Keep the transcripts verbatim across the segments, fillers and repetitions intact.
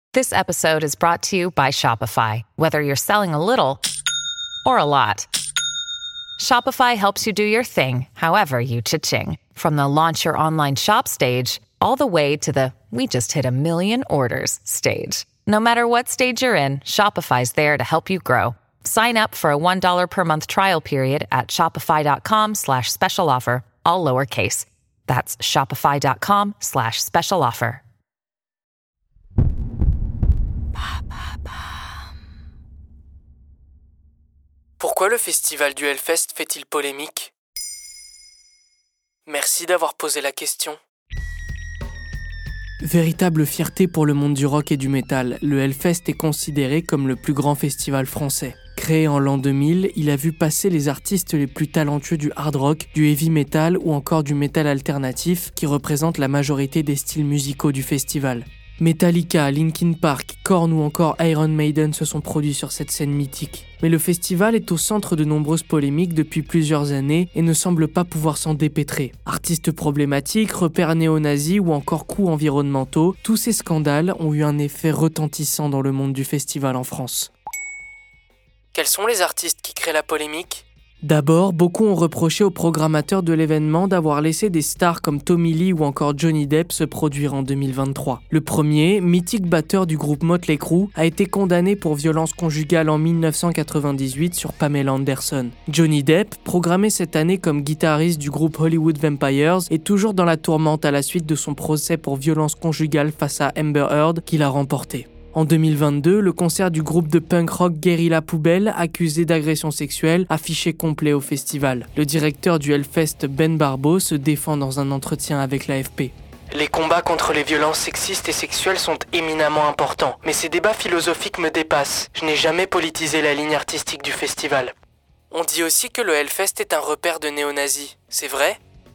This episode is brought to you by Shopify. Whether you're selling a little or a lot, Shopify helps you do your thing, however you cha-ching. From the launch your online shop stage, all the way to the we just hit a million orders stage. No matter what stage you're in, Shopify's there to help you grow. Sign up for a one dollar per month trial period at shopify.com slash special offer, all lowercase. That's shopify.com slash special offer. Pourquoi le festival du Hellfest fait-il polémique ? Merci d'avoir posé la question. Véritable fierté pour le monde du rock et du métal, le Hellfest est considéré comme le plus grand festival français. Créé en l'an deux mille, il a vu passer les artistes les plus talentueux du hard rock, du heavy metal ou encore du metal alternatif qui représentent la majorité des styles musicaux du festival. Metallica, Linkin Park, Korn ou encore Iron Maiden se sont produits sur cette scène mythique. Mais le festival est au centre de nombreuses polémiques depuis plusieurs années et ne semble pas pouvoir s'en dépêtrer. Artistes problématiques, repères néo-nazis ou encore coûts environnementaux, tous ces scandales ont eu un effet retentissant dans le monde du festival en France. Quels sont les artistes qui créent la polémique ? D'abord, beaucoup ont reproché aux programmateurs de l'événement d'avoir laissé des stars comme Tommy Lee ou encore Johnny Depp se produire en deux mille vingt-trois. Le premier, mythique batteur du groupe Motley Crue, a été condamné pour violence conjugale en dix-neuf cent quatre-vingt-dix-huit sur Pamela Anderson. Johnny Depp, programmé cette année comme guitariste du groupe Hollywood Vampires, est toujours dans la tourmente à la suite de son procès pour violence conjugale face à Amber Heard qu'il a remporté. En deux mille vingt-deux, le concert du groupe de punk rock Guerilla Poubelle, accusé d'agression sexuelle, affiché complet au festival. Le directeur du Hellfest, Ben Barbeau, se défend dans un entretien avec l'A F P. Les combats contre les violences sexistes et sexuelles sont éminemment importants, mais ces débats philosophiques me dépassent. Je n'ai jamais politisé la ligne artistique du festival. On dit aussi que le Hellfest est un repère de néo-nazis. C'est vrai ?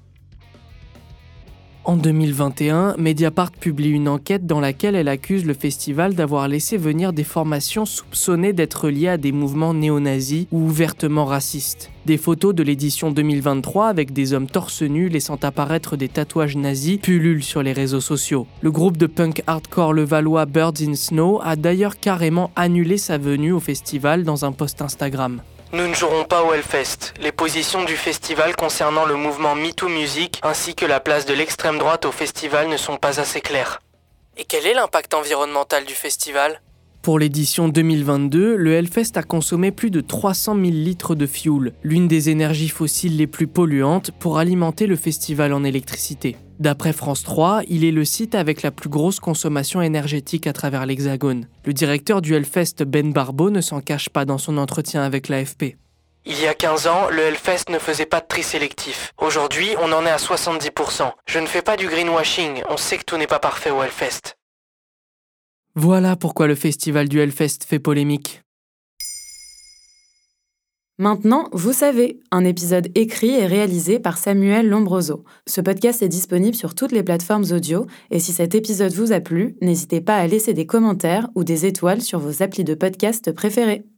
En deux mille vingt et un, Mediapart publie une enquête dans laquelle elle accuse le festival d'avoir laissé venir des formations soupçonnées d'être liées à des mouvements néo-nazis ou ouvertement racistes. Des photos de l'édition deux mille vingt-trois avec des hommes torse nus laissant apparaître des tatouages nazis pullulent sur les réseaux sociaux. Le groupe de punk hardcore levallois Birds in Snow a d'ailleurs carrément annulé sa venue au festival dans un post Instagram. Nous ne jouerons pas au Hellfest. Les positions du festival concernant le mouvement MeToo Music ainsi que la place de l'extrême droite au festival ne sont pas assez claires. Et quel est l'impact environnemental du festival ? Pour l'édition deux mille vingt-deux, le Hellfest a consommé plus de trois cent mille litres de fioul, l'une des énergies fossiles les plus polluantes, pour alimenter le festival en électricité. D'après France trois, il est le site avec la plus grosse consommation énergétique à travers l'Hexagone. Le directeur du Hellfest, Ben Barbeau, ne s'en cache pas dans son entretien avec l'A F P. Il y a quinze ans, le Hellfest ne faisait pas de tri sélectif. Aujourd'hui, on en est à soixante-dix pour cent. Je ne fais pas du greenwashing, on sait que tout n'est pas parfait au Hellfest. Voilà pourquoi le festival du Hellfest fait polémique. Maintenant, vous savez, un épisode écrit et réalisé par Samuel Lombroso. Ce podcast est disponible sur toutes les plateformes audio et si cet épisode vous a plu, n'hésitez pas à laisser des commentaires ou des étoiles sur vos applis de podcast préférés.